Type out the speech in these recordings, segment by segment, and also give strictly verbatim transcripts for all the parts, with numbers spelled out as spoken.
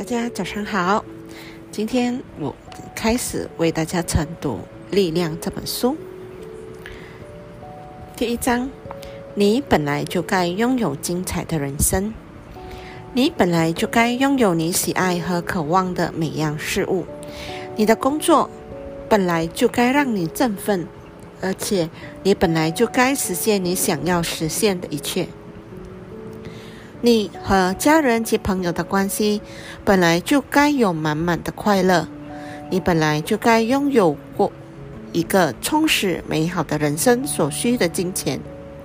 家早上好，今天我开始为大家晨读《力量》这本书。第一章，你本来就该拥有精彩的人生。你本来就该拥有你喜爱和渴望的每样事物。你的工作本来就该让你振奋，而且你本来就该实现你想要实现的一切。你和家人及朋友的关系本来就该有满满的快乐。你本来就该拥有过一个充实美好的人生所需的金钱。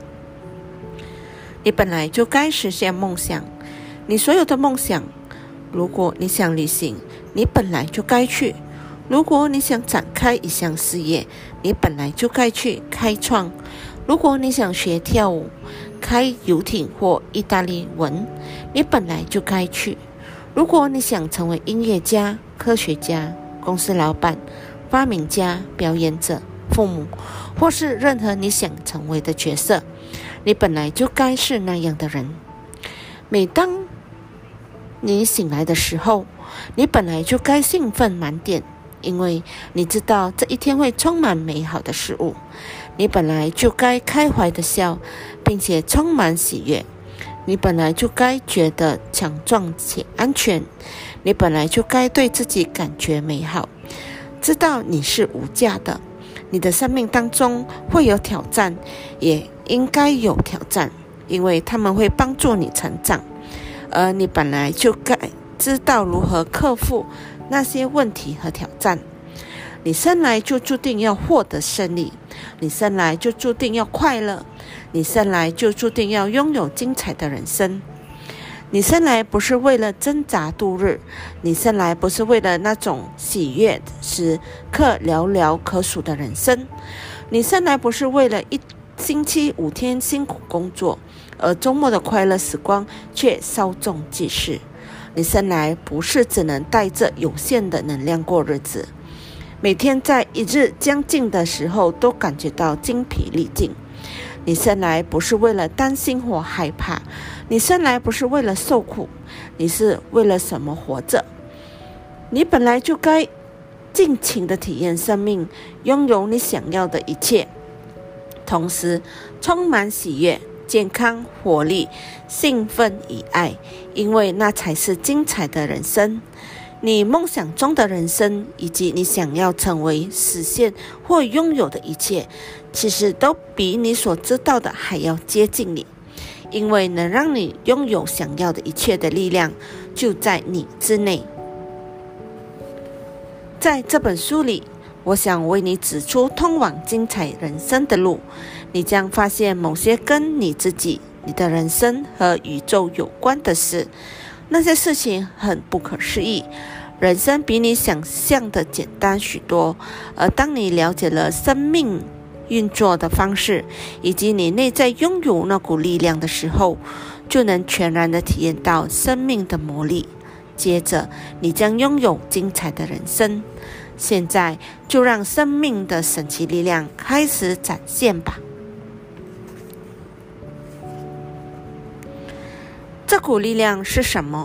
你本来就该实现梦想。你所有的梦想，如果你想旅行，你本来就该去；如果你想展开一项事业，你本来就该去开创；如果你想学跳舞、开游艇或意大利文，你本来就该去；如果你想成为音乐家、科学家、公司老板、发明家、表演者、父母，或是任何你想成为的角色，你本来就该是那样的人。每当你醒来的时候，你本来就该兴奋满点，因为你知道这一天会充满美好的事物。你本来就该开怀的笑，并且充满喜悦。你本来就该觉得强壮且安全。你本来就该对自己感觉美好，知道你是无价的。你的生命当中会有挑战，也应该有挑战，因为他们会帮助你成长。而你本来就该知道如何克服那些问题和挑战。你生来就注定要获得胜利，你生来就注定要快乐，你生来就注定要拥有精彩的人生。你生来不是为了挣扎度日，你生来不是为了那种喜悦时刻寥寥可数的人生。你生来不是为了一星期五天辛苦工作，而周末的快乐时光却稍纵即逝。你生来不是只能带着有限的能量过日子，每天在一日将近的时候都感觉到精疲力尽。你生来不是为了担心或害怕，你生来不是为了受苦，你是为了什么活着？你本来就该尽情的体验生命，拥有你想要的一切，同时充满喜悦、健康、活力、兴奋与爱，因为那才是精彩的人生。你梦想中的人生，以及你想要成为、实现或拥有的一切，其实都比你所知道的还要接近你，因为能让你拥有想要的一切的力量，就在你之内。在这本书里，我想为你指出通往精彩人生的路。你将发现某些跟你自己、你的人生和宇宙有关的事。那些事情很不可思议，人生比你想象的简单许多。而当你了解了生命运作的方式，以及你内在拥有那股力量的时候，就能全然的体验到生命的魔力。接着，你将拥有精彩的人生。现在，就让生命的神奇力量开始展现吧。这股力量是什么？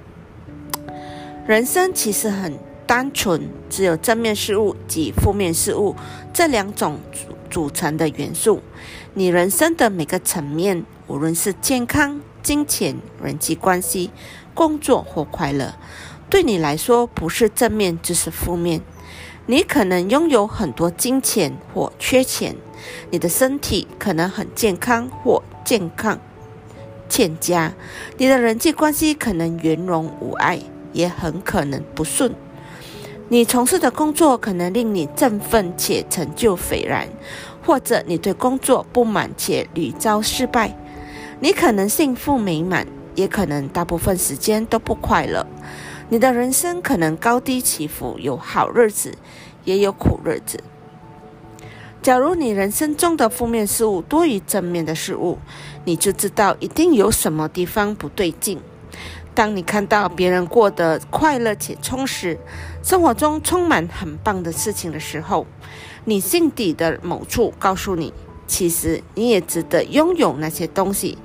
人生其实很单纯，只有正面事物及负面事物这两种组成的元素。你人生的每个层面，无论是健康、金钱、人际关系、工作或快乐，对你来说不是正面就是负面。你可能拥有很多金钱或缺钱，你的身体可能很健康或健康欠佳，你的人际关系可能圆融无碍，也很可能不顺。你从事的工作可能令你振奋且成就斐然，或者你对工作不满且屡遭失败。你可能幸福美满，也可能大部分时间都不快乐。你的人生可能高低起伏，有好日子，也有苦日子。假如你人生中的负面事物多于正面的事物，你就知道一定有什么地方不对劲。当你看到别人过得快乐且充实，生活中充满很棒的事情的时候，你心底的某处告诉你，其实你也值得拥有那些东西。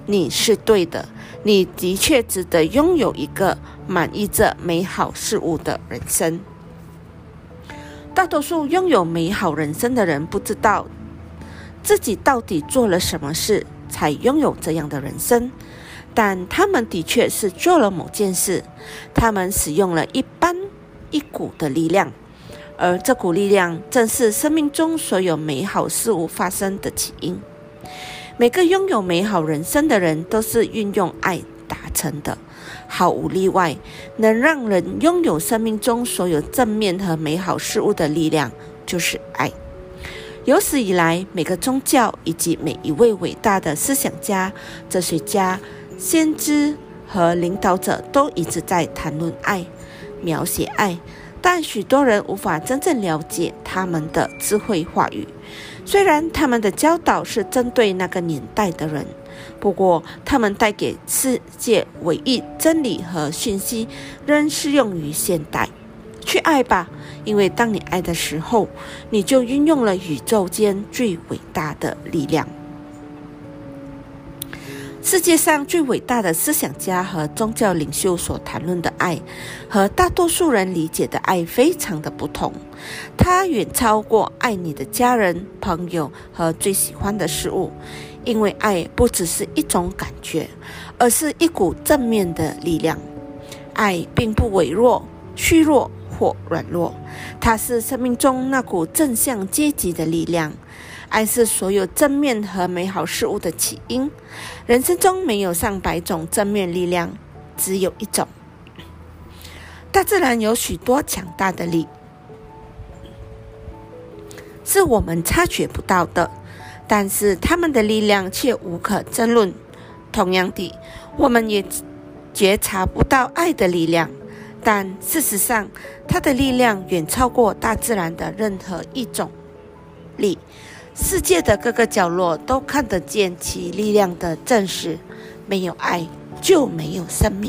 你是对的，你的确值得拥有一个满意着美好事物的人生。大多数拥有美好人生的人不知道自己到底做了什么事才拥有这样的人生，但他们的确是做了某件事，他们使用了一般一股的力量，而这股力量正是生命中所有美好事物发生的起因。每个拥有美好人生的人都是运用爱达成的，毫无例外，能让人拥有生命中所有正面和美好事物的力量就是爱。有史以来，每个宗教以及每一位伟大的思想家、哲学家、先知和领导者都一直在谈论爱、描写爱，但许多人无法真正了解他们的智慧话语。虽然他们的教导是针对那个年代的人，不过他们带给世界唯一真理和讯息仍适用于现代。去爱吧，因为当你爱的时候，你就运用了宇宙间最伟大的力量。世界上最伟大的思想家和宗教领袖所谈论的爱，和大多数人理解的爱非常的不同。它远超过爱你的家人、朋友和最喜欢的事物，因为爱不只是一种感觉，而是一股正面的力量。爱并不微弱、虚弱或软弱，它是生命中那股正向积极的力量。爱是所有正面和美好事物的起因。人生中没有上百种正面力量，只有一种。大自然有许多强大的力，是我们察觉不到的，但是它们的力量却无可争论。同样的，我们也觉察不到爱的力量，但事实上，它的力量远超过大自然的任何一种力。世界的各个角落都看得见其力量的证实。没有爱，就没有生命。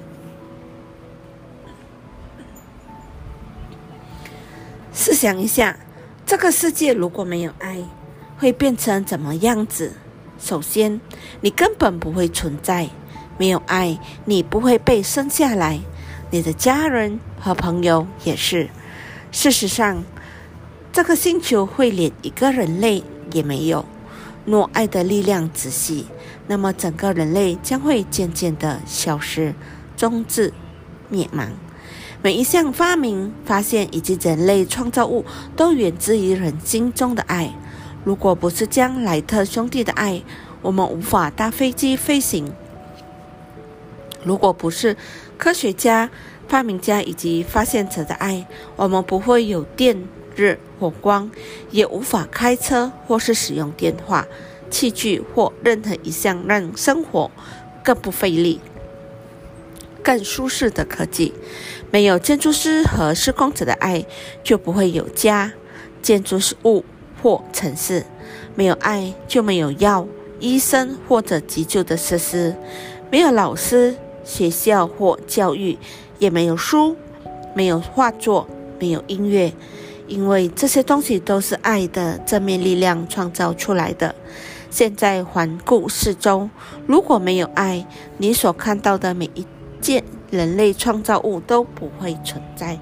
试想一下，这个世界如果没有爱，会变成怎么样子？首先，你根本不会存在。没有爱，你不会被生下来，你的家人和朋友也是。事实上，这个星球会连一个人类也没有。若爱的力量仔细，那么整个人类将会渐渐的消失，终至灭亡。每一项发明、发现以及人类创造物都源自于人心中的爱。如果不是将莱特兄弟的爱，我们无法搭飞机飞行。如果不是科学家、发明家以及发现者的爱，我们不会有电、热或光，也无法开车或是使用电话、器具或任何一项让生活更不费力、更舒适的科技。没有建筑师和施工者的爱，就不会有家、建筑物或城市。没有爱，就没有药、医生或者急救的设施。没有老师、学校或教育，也没有书，没有画作，没有音乐，因为这些东西都是爱的正面力量创造出来的。现在环顾四周，如果没有爱，你所看到的每一件人类创造物都不会存在。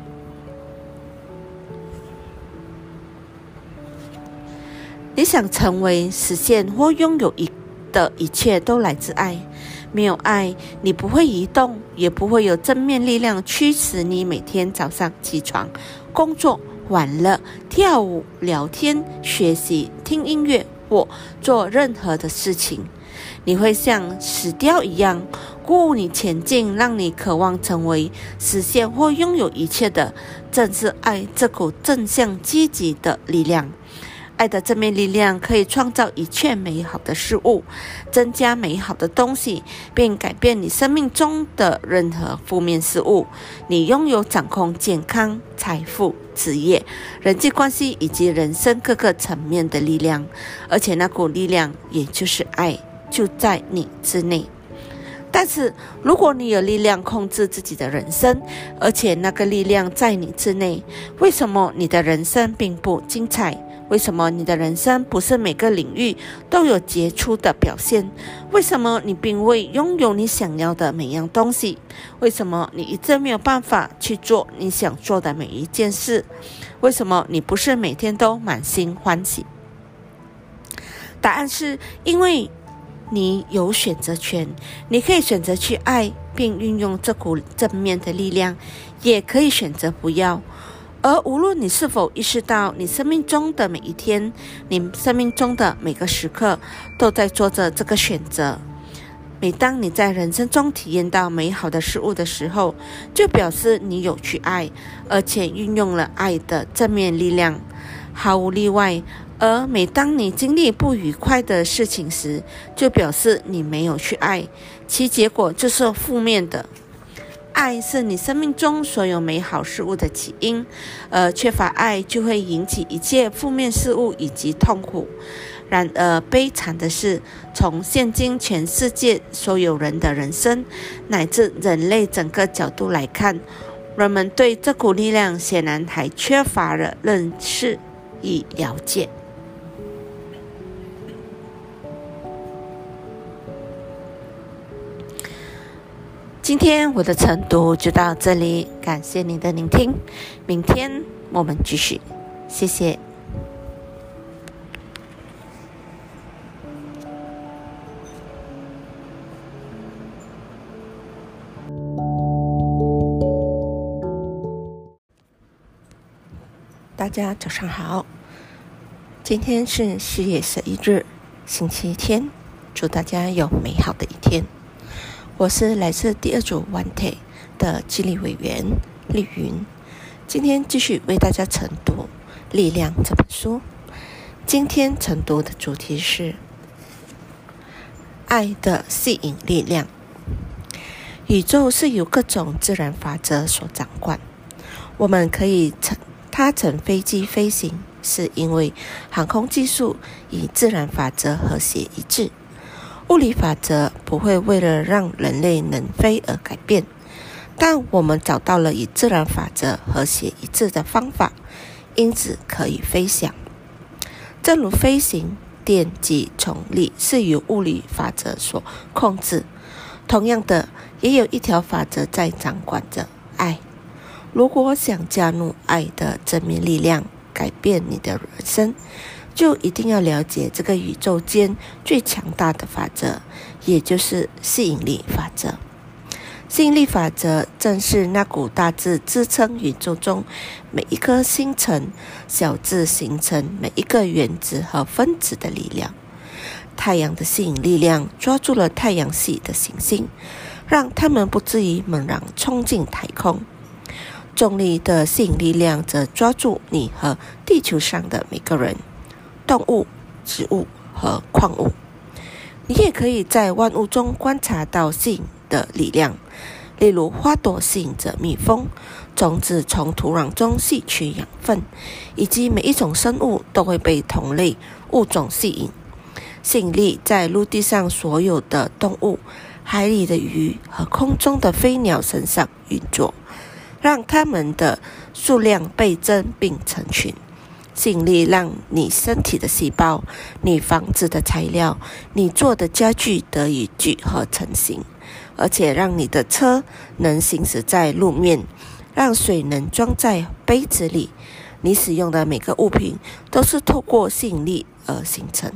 你想成为、实现或拥有一的一切都来自爱。没有爱，你不会移动，也不会有正面力量驱使你每天早上起床、工作、玩乐、跳舞、聊天、学习、听音乐或做任何的事情。你会像石雕一样鼓舞你前进，让你渴望成为、实现或拥有一切的，正是爱这股正向积极的力量。爱的正面力量可以创造一切美好的事物，增加美好的东西，并改变你生命中的任何负面事物。你拥有掌控健康、财富、职业、人际关系以及人生各个层面的力量，而且那股力量，也就是爱，就在你之内。但是，如果你有力量控制自己的人生，而且那个力量在你之内，为什么你的人生并不精彩？ 为什么你的人生不是每个领域都有杰出的表现？为什么你并未拥有你想要的每样东西？为什么你一直没有办法去做你想做的每一件事？为什么你不是每天都满心欢喜？答案是因为你有选择权，你可以选择去爱，并运用这股正面的力量，也可以选择不要。而无论你是否意识到，你生命中的每一天，你生命中的每个时刻，都在做着这个选择。每当你在人生中体验到美好的事物的时候，就表示你有去爱，而且运用了爱的正面力量，毫无例外。而每当你经历不愉快的事情时，就表示你没有去爱，其结果就是负面的。爱是你生命中所有美好事物的起因，而缺乏爱就会引起一切负面事物以及痛苦。然而悲惨的是，从现今全世界所有人的人生，乃至人类整个角度来看，人们对这股力量显然还缺乏了认识与了解。今天我的晨读就到这里，感谢你的聆听，明天我们继续，谢谢。大家早上好，今天是四月十一日，星期天，祝大家有美好的一天。我是来自第二组完体的纪律委员丽云，今天继续为大家晨读《力量》这本书。今天晨读的主题是爱的吸引力量。宇宙是由各种自然法则所掌管，我们可以乘它乘飞机飞行，是因为航空技术与自然法则和谐一致。物理法则不会为了让人类能飞而改变，但我们找到了与自然法则和谐一致的方法，因此可以飞翔。正如飞行、电及重力是由物理法则所控制，同样的，也有一条法则在掌管着爱。如果想加入爱的正面力量，改变你的人生，就一定要了解这个宇宙间最强大的法则，也就是吸引力法则。吸引力法则正是那股大致支撑宇宙中每一颗星辰，小至形成每一个原子和分子的力量。太阳的吸引力量抓住了太阳系的行星，让它们不至于猛然冲进太空。重力的吸引力量则抓住你和地球上的每个人、动物、植物和矿物。你也可以在万物中观察到吸引的力量，例如花朵吸引着蜜蜂，种子从土壤中吸取养分，以及每一种生物都会被同类物种吸引。吸引力在陆地上所有的动物、海里的鱼和空中的飞鸟身上运作，让它们的数量倍增并成群。吸引力让你身体的细胞、你房子的材料、你做的家具得以聚合成型，而且让你的车能行驶在路面，让水能装在杯子里。你使用的每个物品都是透过吸引力而形成。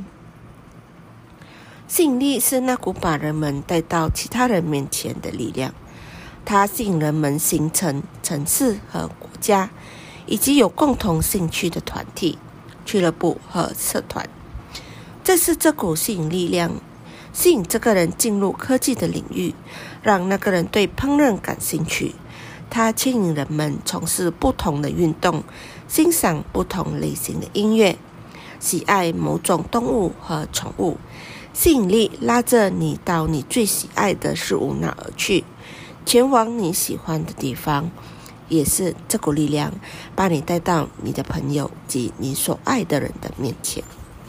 吸引力是那股把人们带到其他人面前的力量，它吸引人们形成城市和国家，以及有共同兴趣的团体、俱乐部和社团。这是这股吸引力量吸引这个人进入科技的领域，让那个人对烹饪感兴趣。它牵引人们从事不同的运动，欣赏不同类型的音乐，喜爱某种动物和宠物。吸引力拉着你到你最喜爱的事物那儿去，前往你喜欢的地方。也是这股力量把你带到你的朋友及你所爱的人的面前。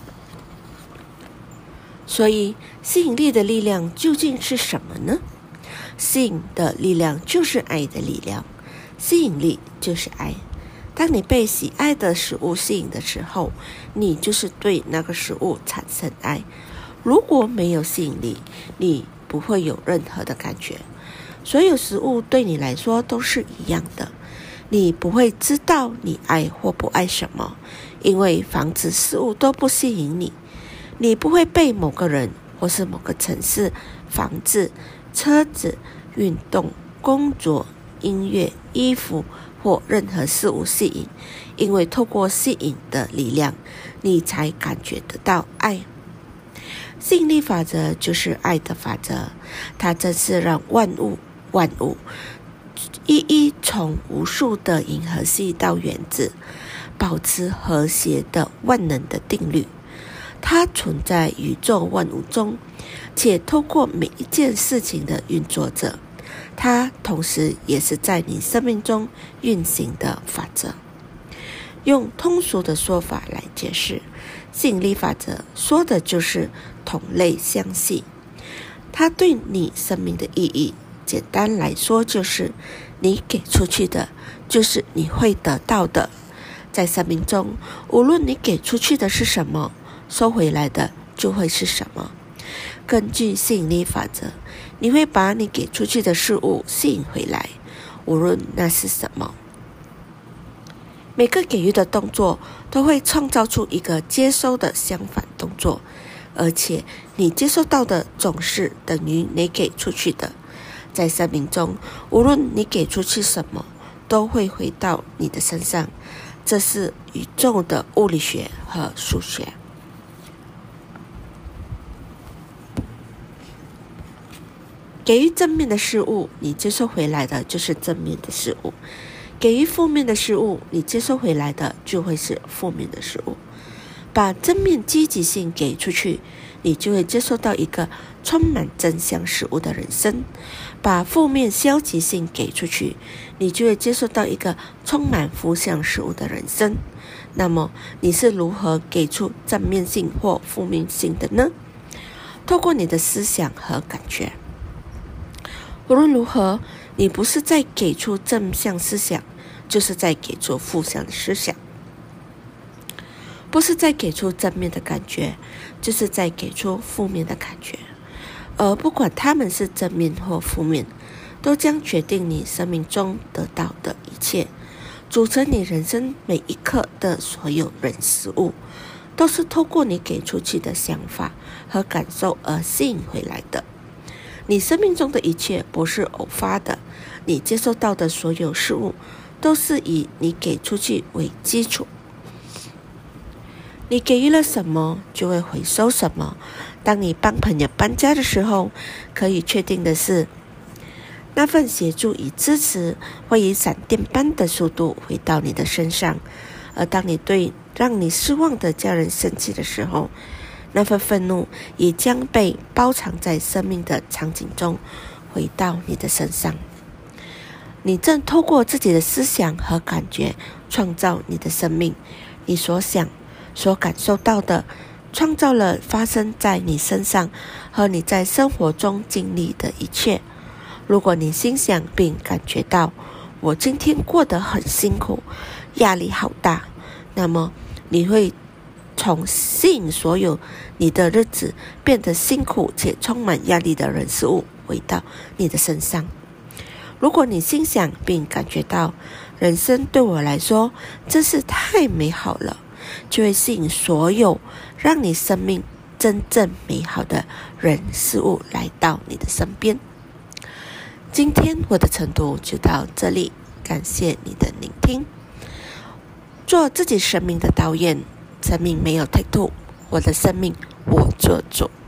所以吸引力的力量究竟是什么呢？吸引的力量就是爱的力量，吸引力就是爱，它当你被喜爱的食物吸引的时候，你就是对那个食物产生爱。如果没有吸引力，你不会有任何的感觉。所有食物对你来说都是一样的，你不会知道你爱或不爱什么，因为房子、食物都不吸引你。你不会被某个人或是某个城市、房子、车子、运动、工作、音乐、衣服或任何事物吸引，因为透过吸引的力量，你才感觉得到爱。吸引力法则就是爱的法则，它正是让万物万物一一从无数的银河系到原子，保持和谐的万能的定律。它存在宇宙万物中，且透过每一件事情的运作着。它同时也是在你生命中运行的法则。用通俗的说法来解释，吸引力法则说的就是同类相吸。它对你生命的意义，简单来说就是你给出去的，就是你会得到的。在生命中，无论你给出去的是什么，收回来的就会是什么。根据吸引力法则，你会把你给出去的事物吸引回来，无论那是什么。每个给予的动作都会创造出一个接收的相反动作，而且你接收到的总是等于你给出去的。在生命中，无论你给出去什么，都会回到你的身上。这是宇宙的物理学和数学。给予正面的事物，你接收回来的就是正面的事物；给予负面的事物，你接收回来的就会是负面的事物。把正面积极性给出去，你就会接收到一个充满正向事物的人生；把负面消极性给出去，你就会接收到一个充满负向事物的人生。那么，你是如何给出正面性或负面性的呢？透过你的思想和感觉。无论如何，你不是在给出正向思想，就是在给出负向的思想；不是在给出正面的感觉，就是在给出负面的感觉。而不管他们是正面或负面，都将决定你生命中得到的一切，组成你人生每一刻的所有人事物，都是透过你给出去的想法和感受而吸引回来的。你生命中的一切不是偶发的，你接受到的所有事物都是以你给出去为基础。你给予了什么，就会回收什么。当你帮朋友搬家的时候，可以确定的是，那份协助与支持会以闪电般的速度回到你的身上。而当你对让你失望的家人生气的时候，那份愤怒也将被包藏在生命的场景中，回到你的身上。你正透过自己的思想和感觉创造你的生命。你所想、所感受到的，创造了发生在你身上和你在生活中经历的一切。如果你心想并感觉到，我今天过得很辛苦，压力好大，那么你会从吸引所有你的日子变得辛苦且充满压力的人事物回到你的身上。如果你心想并感觉到，人生对我来说真是太美好了，就会吸引所有让你生命真正美好的人事物来到你的身边。今天我的晨读就到这里，感谢你的聆听。做自己生命的导演，生命没有 take two， 我的生命我做主。